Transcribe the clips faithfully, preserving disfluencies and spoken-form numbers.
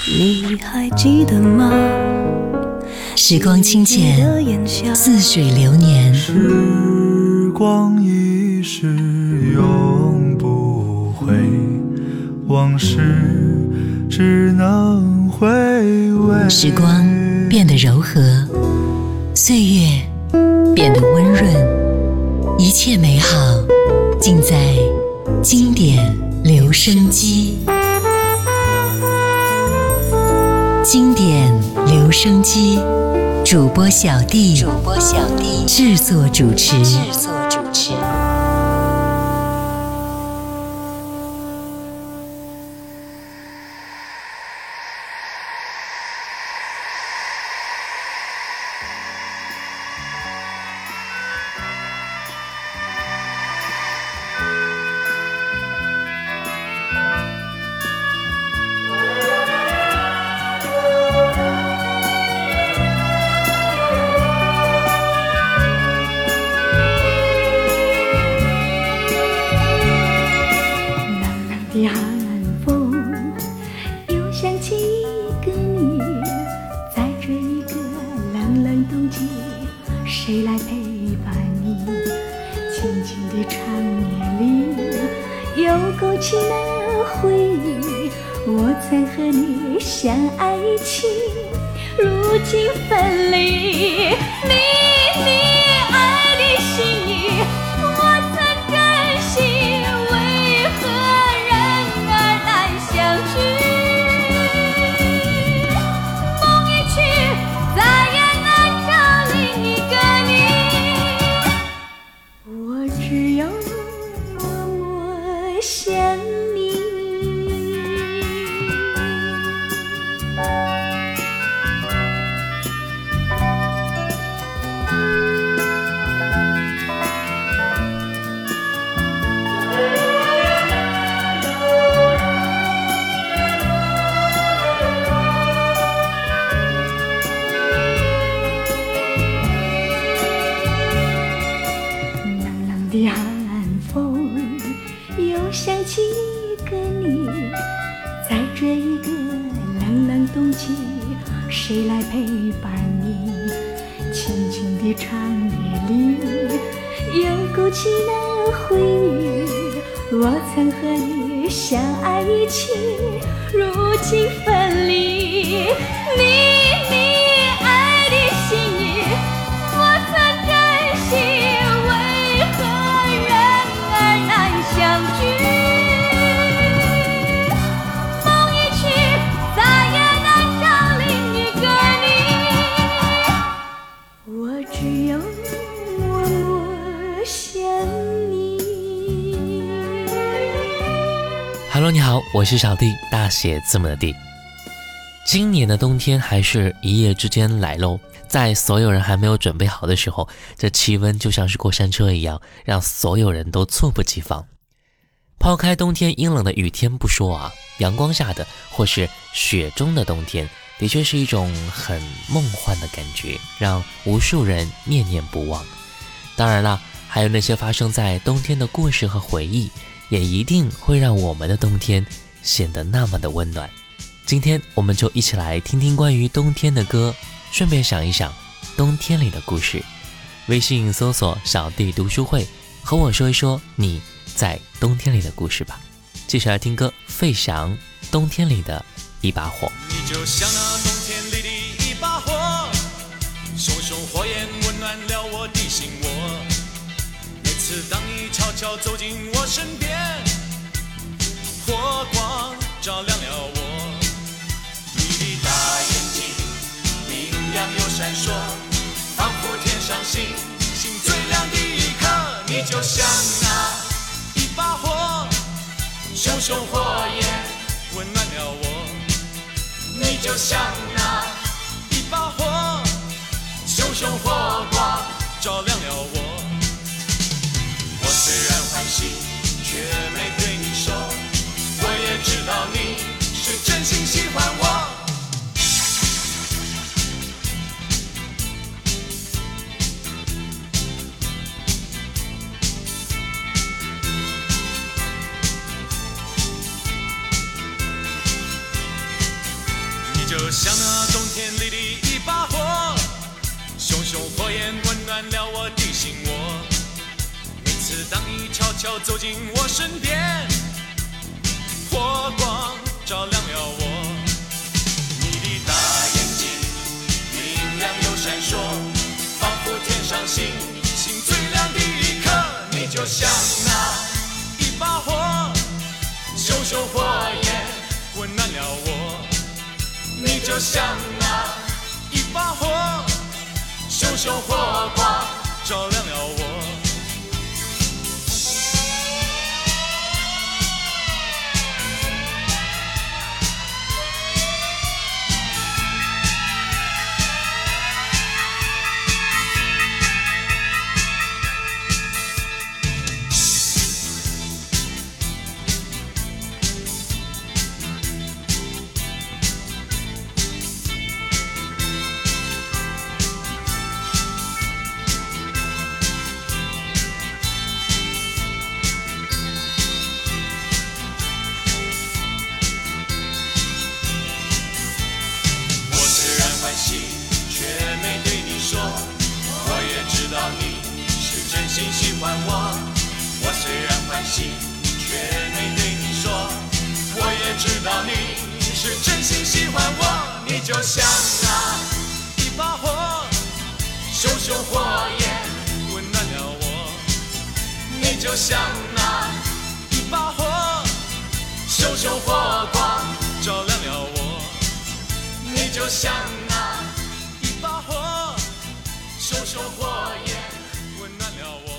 你还记得吗？ 时光清浅，似水流年。 时光一逝永不回，往事只能回味。 时光变得柔和，岁月变得温润，一切美好尽在经典留声机。经典留声机，主播小弟，主播小弟制作主持，制作主持。 谁来陪伴你？静静的长夜里，又勾起那回忆。我曾和你相爱一起，如今分离。你你爱的心意，我曾珍惜，为何人儿难相聚？梦一去，再也难找另一个。我只有默默想你。的寒风又想起一个你，在这一个冷冷冬季，谁来陪伴你？静静的长夜里，又勾起那回忆。我曾和你相爱一起，如今分离。你你爱的心意，我曾珍惜，相聚，梦一去，再也难找另一个你。我只有默默想你。 Hello， 你好，我是小弟，大写字母的弟。今年的冬天还是一夜之间来喽。在所有人还没有准备好的时候，这气温就像是过山车一样，让所有人都猝不及防。抛开冬天阴冷的雨天不说啊，阳光下的或是雪中的冬天，的确是一种很梦幻的感觉，让无数人念念不忘。当然啦，还有那些发生在冬天的故事和回忆，也一定会让我们的冬天显得那么的温暖。今天我们就一起来听听关于冬天的歌，顺便想一想冬天里的故事。微信搜索小弟读书会，和我说一说你在冬天里的故事吧。继续来听歌，费翔，冬天里的一把火。 你就像那冬天里的一把火，熊熊火焰温暖了我的心窝。每次当你悄悄走进我身边，火光照亮了我。你的大眼睛明亮又闪烁，仿佛天上星星最亮的一颗。你就像那一把火，熊熊火焰温暖了我。你就像那一把火，熊熊火光照亮了我。我虽然欢喜，却没对你说，我也知道你是真心喜欢我。 就像那冬天里的一把火，熊熊火焰温暖了我的心窝。每次当你悄悄走进我身边，火光照亮了我。你的大眼睛明亮又闪烁，仿佛天上星星最亮的一颗。你就像那一把火，熊熊火焰温暖了我。你就像那一把火，熊熊火光照亮了我。喜欢我，我虽然欢喜，却没对你说。我也知道你是真心喜欢我，你就像那一把火，熊熊火焰温暖了我。你就像那一把火，熊熊火光照亮了我。你就像那一把火，熊熊火焰温暖了我。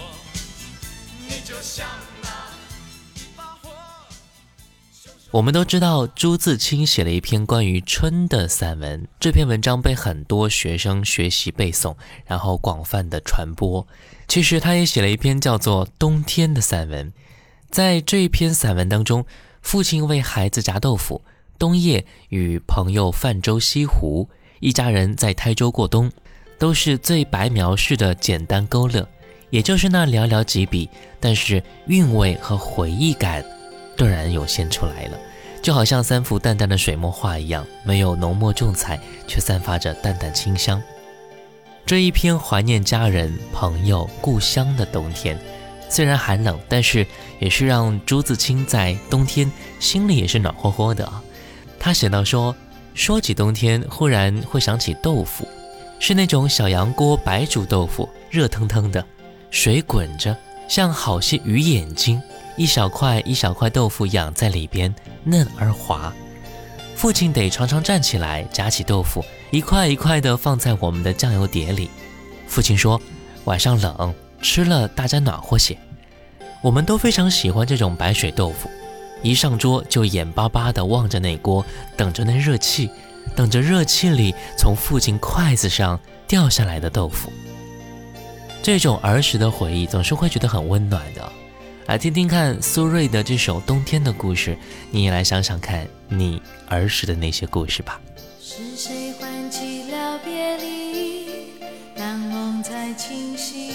我们都知道朱自清写了一篇关于春的散文，这篇文章被很多学生学习背诵，然后广泛的传播。其实他也写了一篇叫做《冬天》的散文。在这一篇散文当中，父亲为孩子炸豆腐，冬夜与朋友泛舟西湖，一家人在台州过冬，都是最白描式的简单勾勒。也就是那寥寥几笔，但是韵味和回忆感顿然涌现出来了，就好像三幅淡淡的水墨画一样，没有浓墨重彩，却散发着淡淡清香。这一篇怀念家人、朋友、故乡的冬天，虽然寒冷，但是也是让朱自清在冬天心里也是暖和和的啊。他写到说，说起冬天，忽然会想起豆腐，是那种小洋锅白煮豆腐，热腾腾的，水滚着，像好些鱼眼睛，一小块一小块豆腐养在里边，嫩而滑。父亲得常常站起来夹起豆腐，一块一块的放在我们的酱油碟里。父亲说，晚上冷，吃了大家暖和些。我们都非常喜欢这种白水豆腐，一上桌就眼巴巴地望着那锅，等着那热气，等着热气里从父亲筷子上掉下来的豆腐。这种儿时的回忆总是会觉得很温暖的。来听听看苏芮的这首《冬天的故事》，你也来想想看你儿时的那些故事吧。 是谁唤起了别离，当梦才清醒，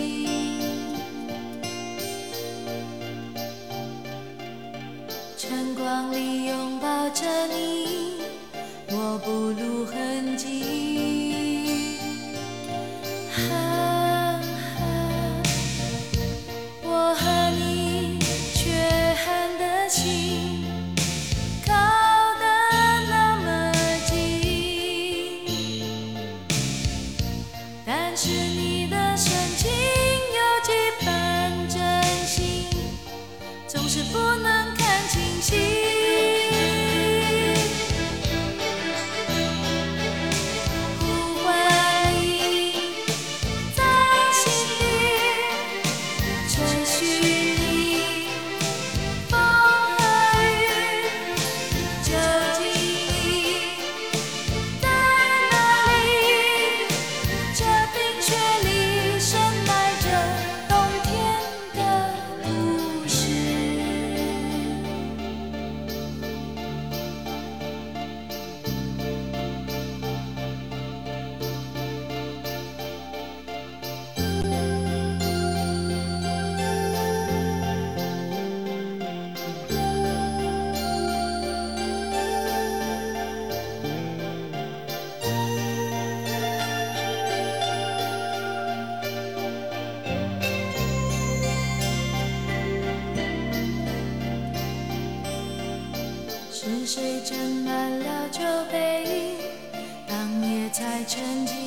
晨光里拥抱着你，我不露痕迹，哈我和你却喊得心靠得那么近，但是你的深情有几分真心，总是不能看清晰。 盛满了酒杯，当夜才沉寂。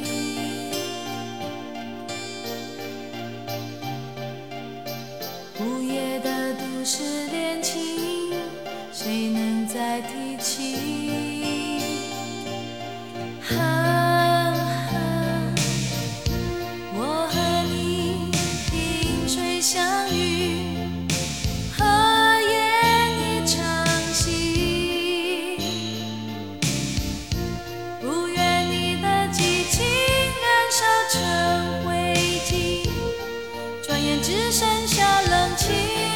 午夜的都市恋情，谁能再提起？啊我和你萍水相遇，合演一场戏，不愿你的激情燃烧成灰烬，转眼只剩下冷清。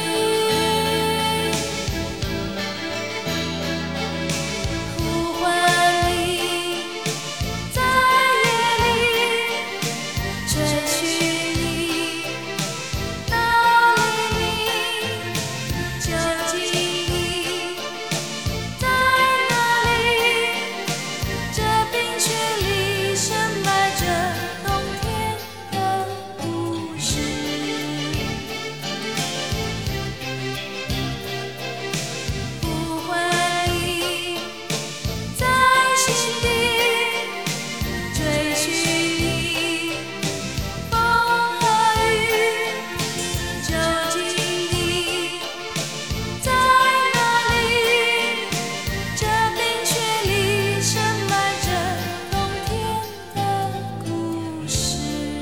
呼唤你，在夜里追寻你，到黎明，究竟你在哪里？这冰雪里深埋着冬天的故事。呼唤你，在心底追寻你，风和雨，究竟你在哪里？这冰雪里深埋着冬天的故事。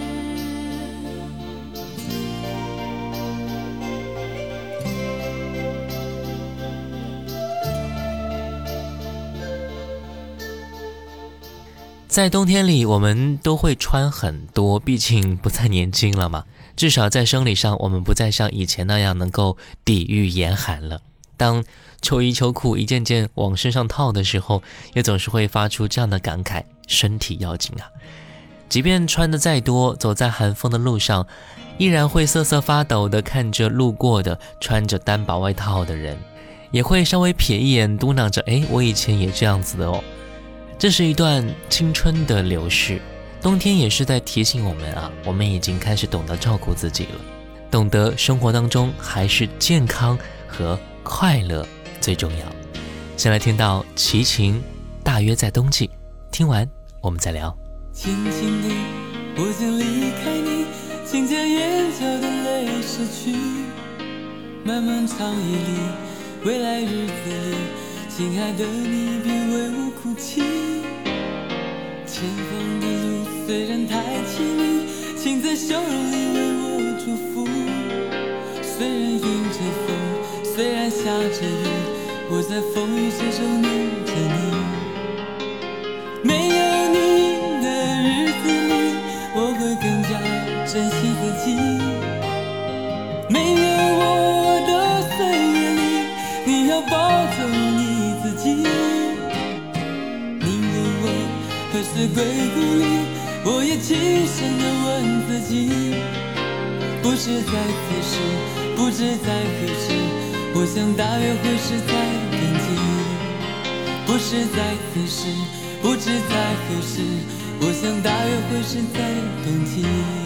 在冬天里，我们都会穿很多，毕竟不再年轻了嘛。至少在生理上，我们不再像以前那样能够抵御严寒了。当秋衣秋裤一件件往身上套的时候，也总是会发出这样的感慨：身体要紧啊！即便穿得再多，走在寒风的路上，依然会瑟瑟发抖地看着路过的穿着单薄外套的人，也会稍微瞥一眼，嘟囔着：哎，我以前也这样子的哦。这是一段青春的流逝，冬天也是在提醒我们啊，我们已经开始懂得照顾自己了，懂得生活当中还是健康和快乐最重要。先来听到齐秦，大约在冬季，听完我们再聊。 轻轻地，我将离开你，请将眼角的泪拭去。漫漫长夜里，未来日子里，亲爱的你别为我哭泣。前方的路虽然太凄迷，请在笑容里为我祝福。虽然迎着风，虽然下着雨，我在风雨之中念着你。没有你的日子里，我会更加珍惜自己。没有我的岁月里，你要保重你自己。你问我何时归故里，我也轻声地问自己。不知在此时，不知在何时，我想大约会是在冬季。不是在此时，不知在何时，我想大约会是在冬季。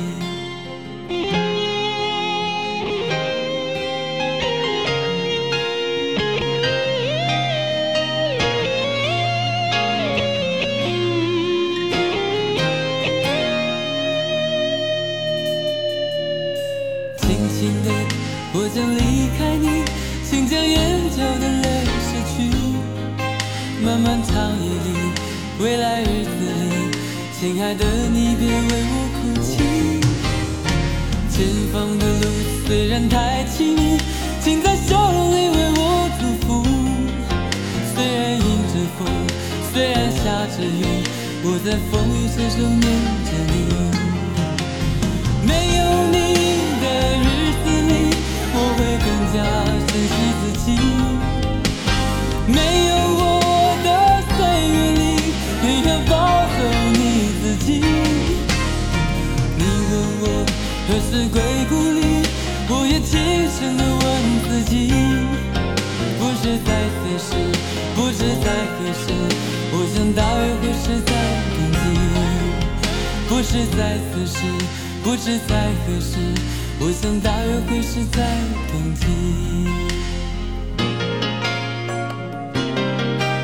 轻轻地，我将离开你，请将眼角的泪拭去。漫漫长夜里，未来日子里，亲爱的你别为我哭泣。前方的路虽然太凄迷，请在笑容里为我祝福。虽然迎着风，虽然下着雨，我在风雨之中念着你。没有你的日子里，我会更加珍惜自己。没有我的岁月里，也要保守你自己。你问我何时归故里，我也轻声地问自己。不知在此时，不知在何时，我想大约会是在冬季。不是在此时，不知在何时，我想大约会是在冬季。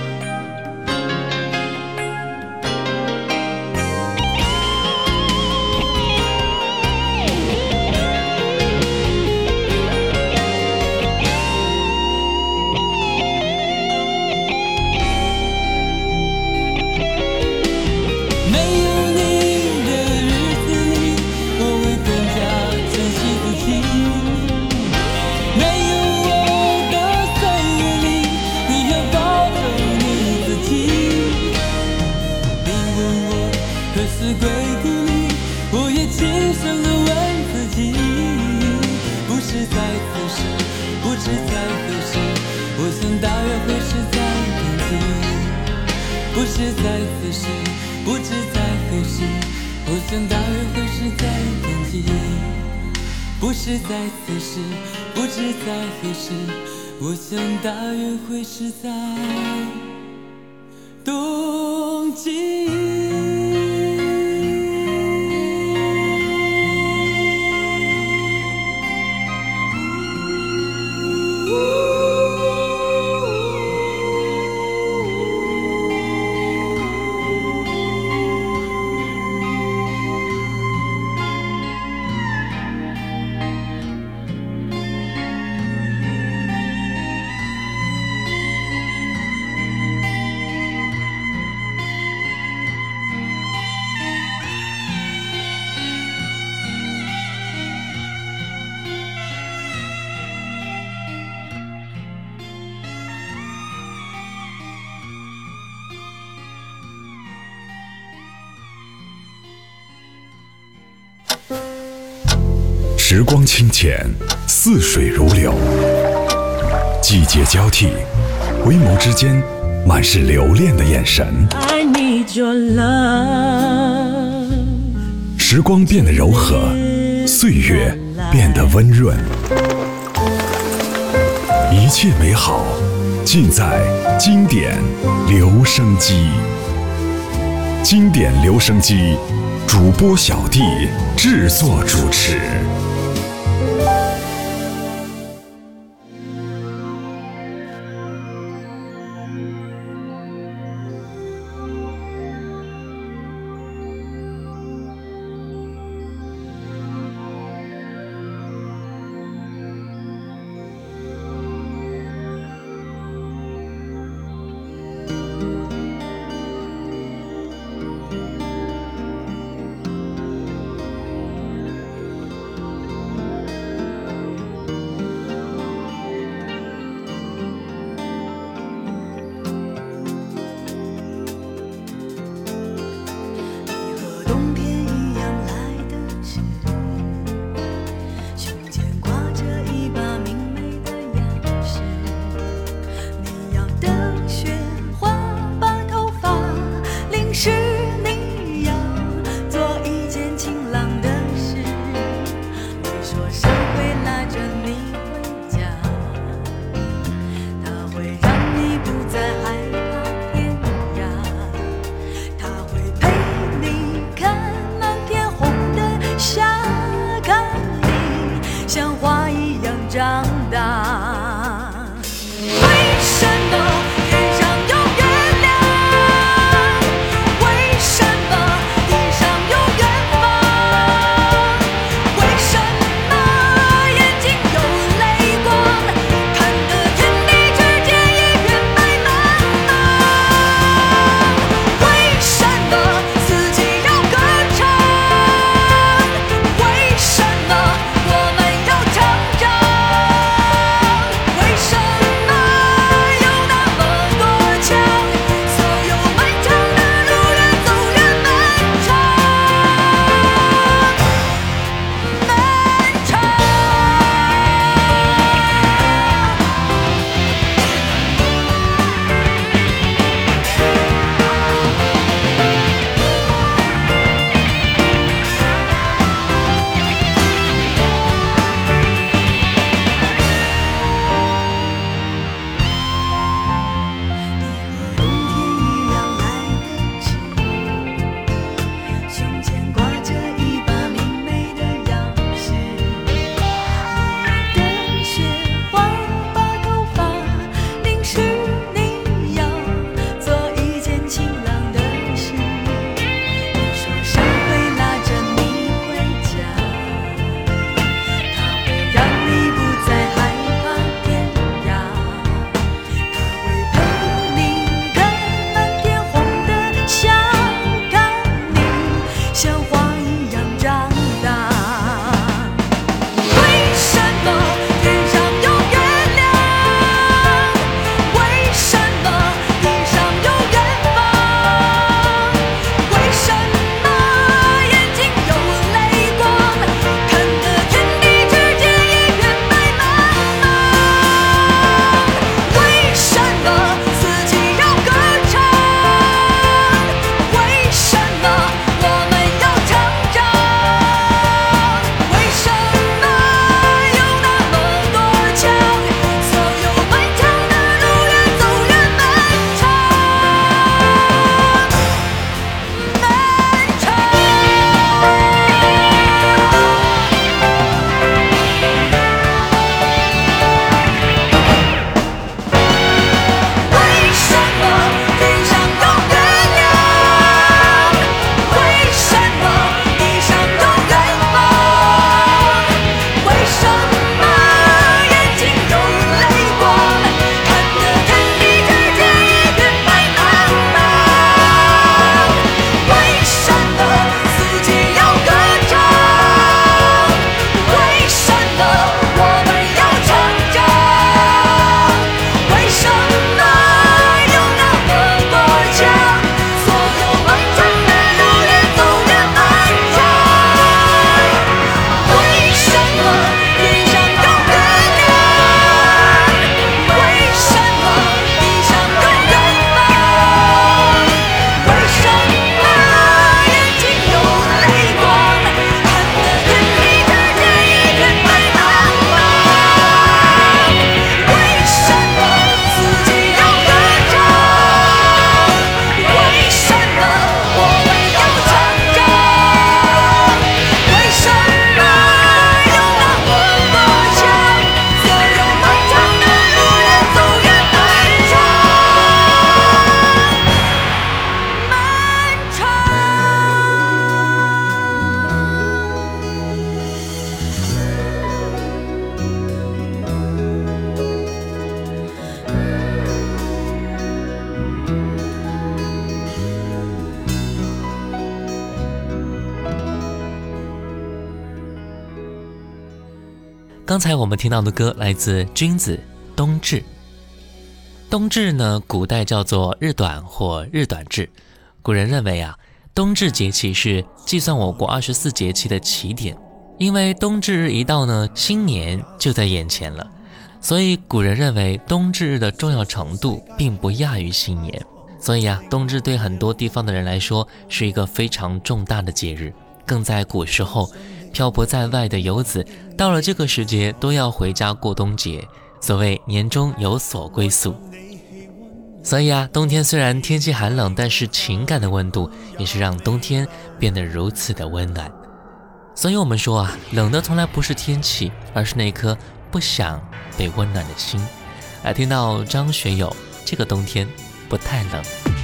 不是在此时，不知在何时，我想大约会是在冬季。不是在此时，不知在何时，我想大约会是在冬季。 时光清浅，似水如流，季节交替，回眸之间满是留恋的眼神。 I need your love。 时光变得柔和，岁月变得温润，一切美好尽在经典留声机。经典留声机，主播小弟制作主持。 看刚才我们听到的歌来自君子冬至。冬至呢，古代叫做日短或日短至。古人认为啊，冬至节气是计算我国二十四节气的起点，因为冬至日一到呢，新年就在眼前了，所以古人认为冬至日的重要程度并不亚于新年。所以啊，冬至对很多地方的人来说是一个非常重大的节日，更在古时候，漂泊在外的游子到了这个时节都要回家过冬节，所谓年终有所归宿。所以啊，冬天虽然天气寒冷，但是情感的温度也是让冬天变得如此的温暖。所以我们说啊，冷的从来不是天气，而是那颗不想被温暖的心。来听到张学友，这个冬天不太冷。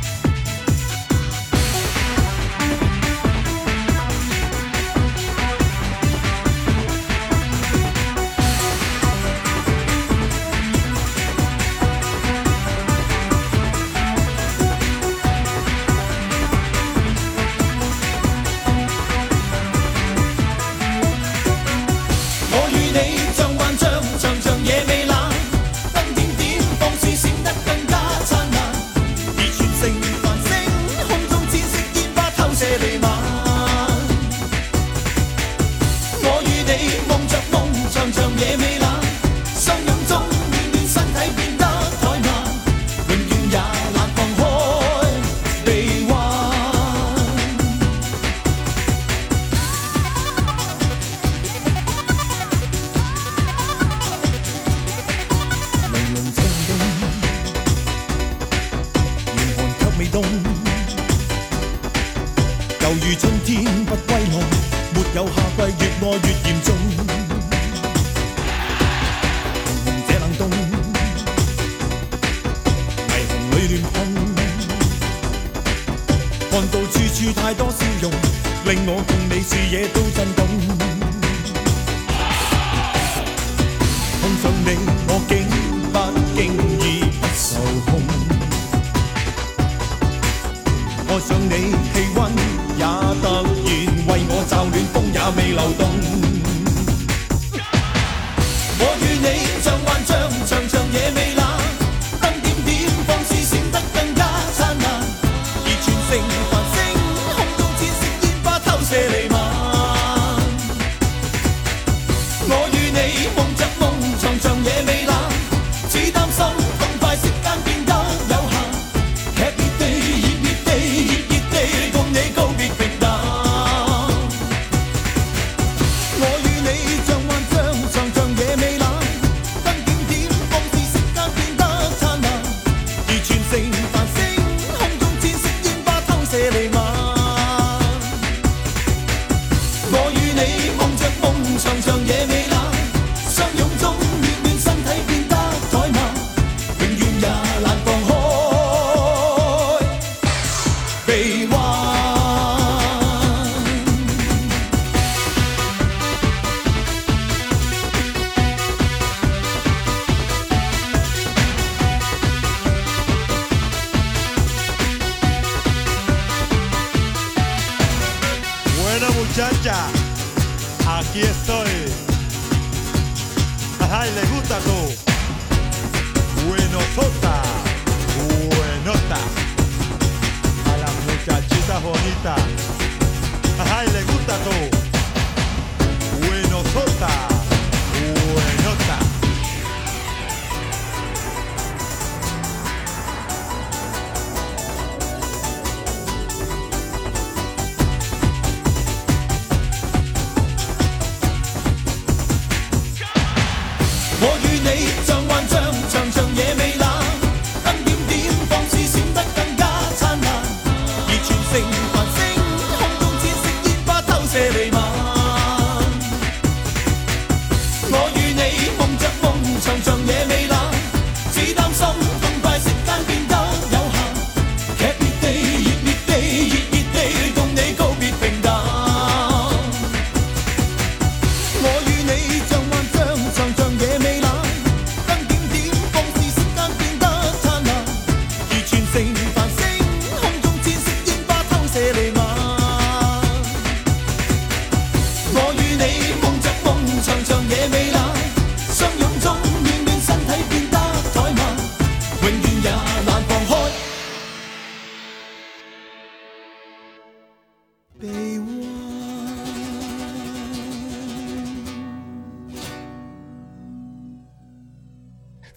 猶如春天不歸來，沒有夏季，越愛越嚴重。紅紅這冷冬，霓虹裏亂碰，看到處處太多笑容，令我共你視野都震動。碰上你，我竟不經意不受控。愛上你，氣溫也突然為我驟暖，風也未流動。我與你像幻象，長長夜未冷，燈點點放肆閃得更加燦爛，而全城繁星，空中濺色煙花偷射彌漫。我與你夢着夢，長長夜未冷，只擔心咁快息間變得有限，劇烈地熱烈地熱熱地共你告別平淡。我與你像幻象，長長夜未冷，燈點點放肆息間變得燦爛，而全城繁星，空中濺色煙花偷射彌漫。我與你夢着夢，長長夜未冷，相擁中暖暖身體變得怠慢，永遠也難放開臂彎。 Bueno muchacha, aquí estoy. Ay, le gusta tú. Buenosota, buenota. A la muchachita bonita. Ay, le gusta tú. Buenosota, buenota. 我與你像幻象，長長夜未冷，燈點點放肆閃得更加燦爛，而全城繁星，空中濺色煙花偷射彌漫。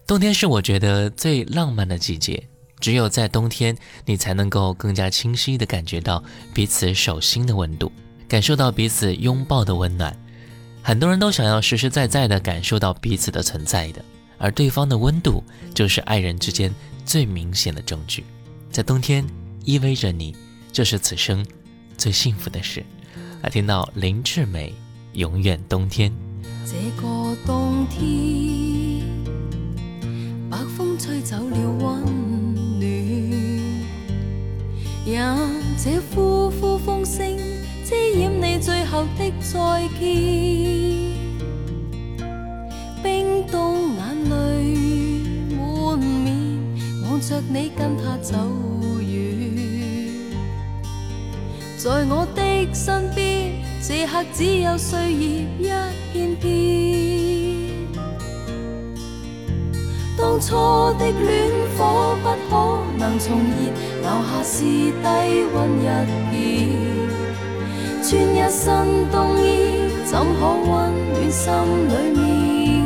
冬天是我觉得最浪漫的季节，只有在冬天，你才能够更加清晰地感觉到彼此手心的温度，感受到彼此拥抱的温暖。很多人都想要实实在在地感受到彼此的存在的，而对方的温度就是爱人之间最明显的证据。在冬天依偎着你，这是此生最幸福的事。来听到林志美永远冬天。 这个冬天，北风吹走了温暖，任这呼呼风声遮掩你最後的再見，冰凍眼淚滿面，望着你跟他走遠，在我的身邊，這刻只有歲月一片片。當初的戀火不可能重燃，留下是低溫一片。穿一身冬衣，怎可溫暖心裏面？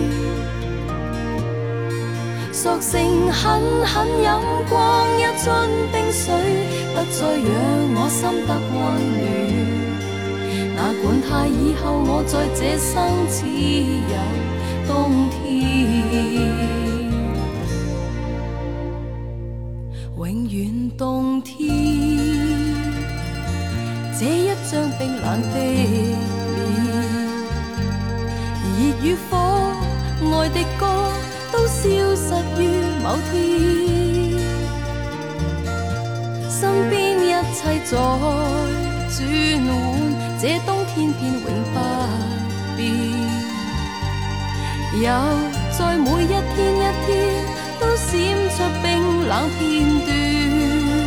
索性狠狠飲光一樽冰水，不再讓我心得溫暖。哪管它以後我在這生只有冬天，永遠冬天。這一張冰冷的臉，熱與火，愛的歌都消失於某天，身邊一切在轉換，這冬天便永不變。又在每一天一天都閃出冰冷片段。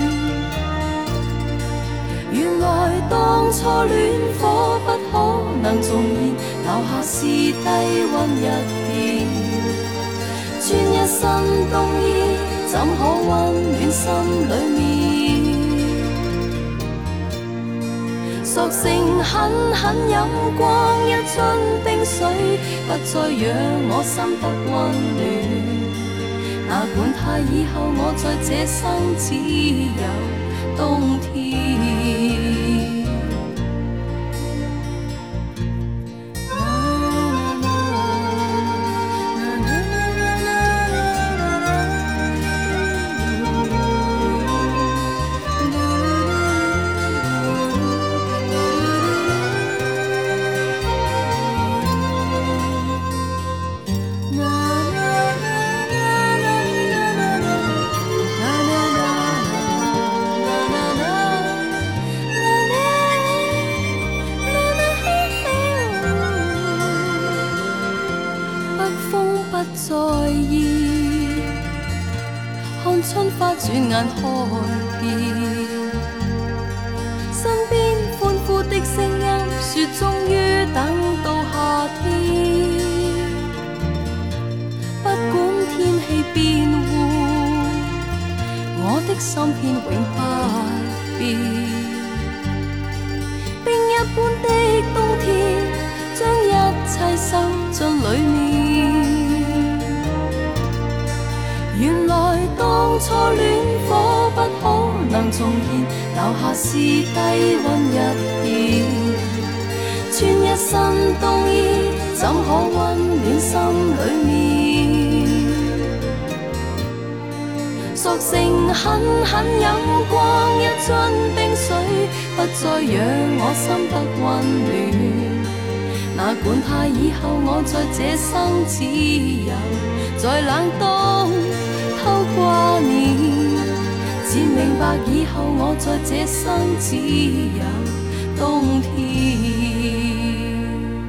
原來當初戀火不可能重燃，留下是低溫一片。穿一身冬衣，怎可溫暖心裏面？索性狠狠飲光一樽冰水，不再讓我心得溫暖。哪管它以後我在這生只有冬天。春花轉眼開遍，身邊歡呼的聲音說終於等到夏天。不管天氣變換，我的心片永不變。冰一般的冬天，將一切收進裡面。原來當初戀火不可能重燃，留下是低溫一片。穿一身冬衣，怎可溫暖心裡面？索性狠狠飲光一樽冰水，不再讓我心得溫暖。哪管它以後我在這生只有在冷冬偷掛念，漸明白以後我在這生只有冬天。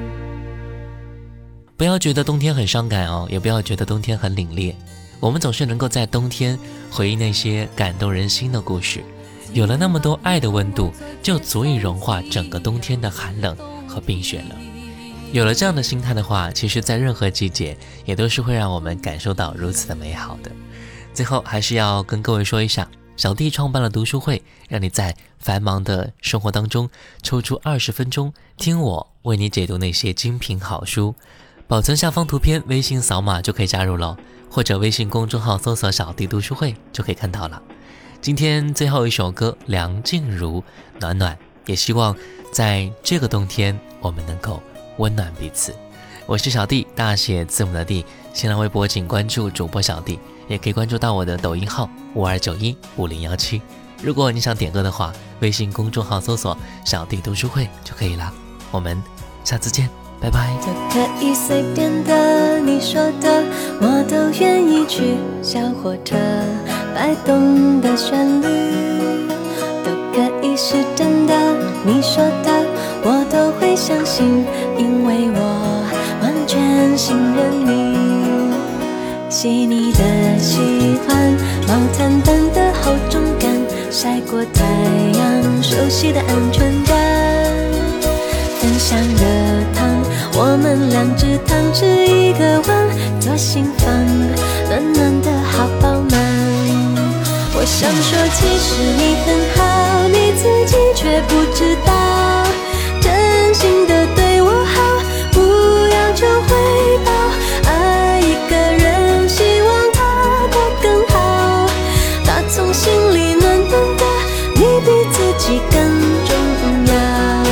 不要覺得冬天很傷感哦，也不要覺得冬天很凜冽。我們總是能夠在冬天回憶那些感動人心的故事，有了那麼多愛的溫度，就足以融化整個冬天的寒冷和冰雪了。有了這樣的心態的話，其實在任何季節也都是會讓我們感受到如此的美好的。最後還是要跟各位說一下，小弟創辦了讀書會，讓你在繁忙的生活當中抽出二十分鐘聽我為你解讀那些精品好書。 保存下方图片，微信扫码就可以加入了，或者微信公众号搜索小弟读书会就可以看到了。今天最后一首歌梁静茹暖暖，也希望在这个冬天我们能够温暖彼此。我是小弟，大写字母的弟，新浪微博请关注主播小弟，也可以关注到我的抖音号五二九一五零一七。如果你想点歌的话，微信公众号搜索小弟读书会就可以了。我们下次见，拜拜。 都可以随便的，你说的我都愿意去。小火车摆动的旋律都可以是真的，你说的我都会相信，因为我完全信任你。细腻的喜欢，毛毯般的厚重感，晒过太阳，熟悉的安全感。分享热汤，我们两只汤匙一个碗，做心房，暖暖的好饱满。我想说其实你很好，你自己却不知道，真心的对我好，不要求回报。爱一个人，希望他过更好，打从心里暖暖的，你比自己更重要。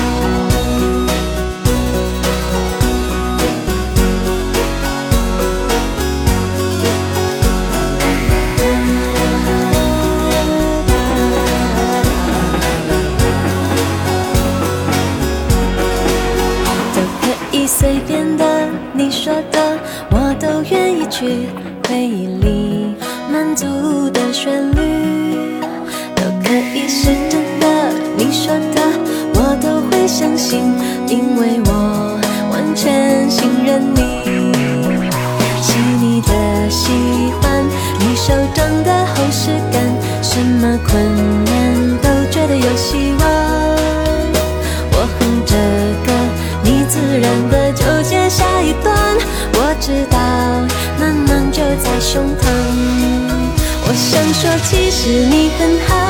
随便的，你说的我都愿意去。回忆里满足的旋律都可以是真的，你说的我都会相信，因为我完全信任你。细腻的喜欢，你手掌的厚实感，什么困难都觉得有希望。我哼着歌，你自然的就接下一段，我知道暖暖就在胸膛。我想说其实你很好，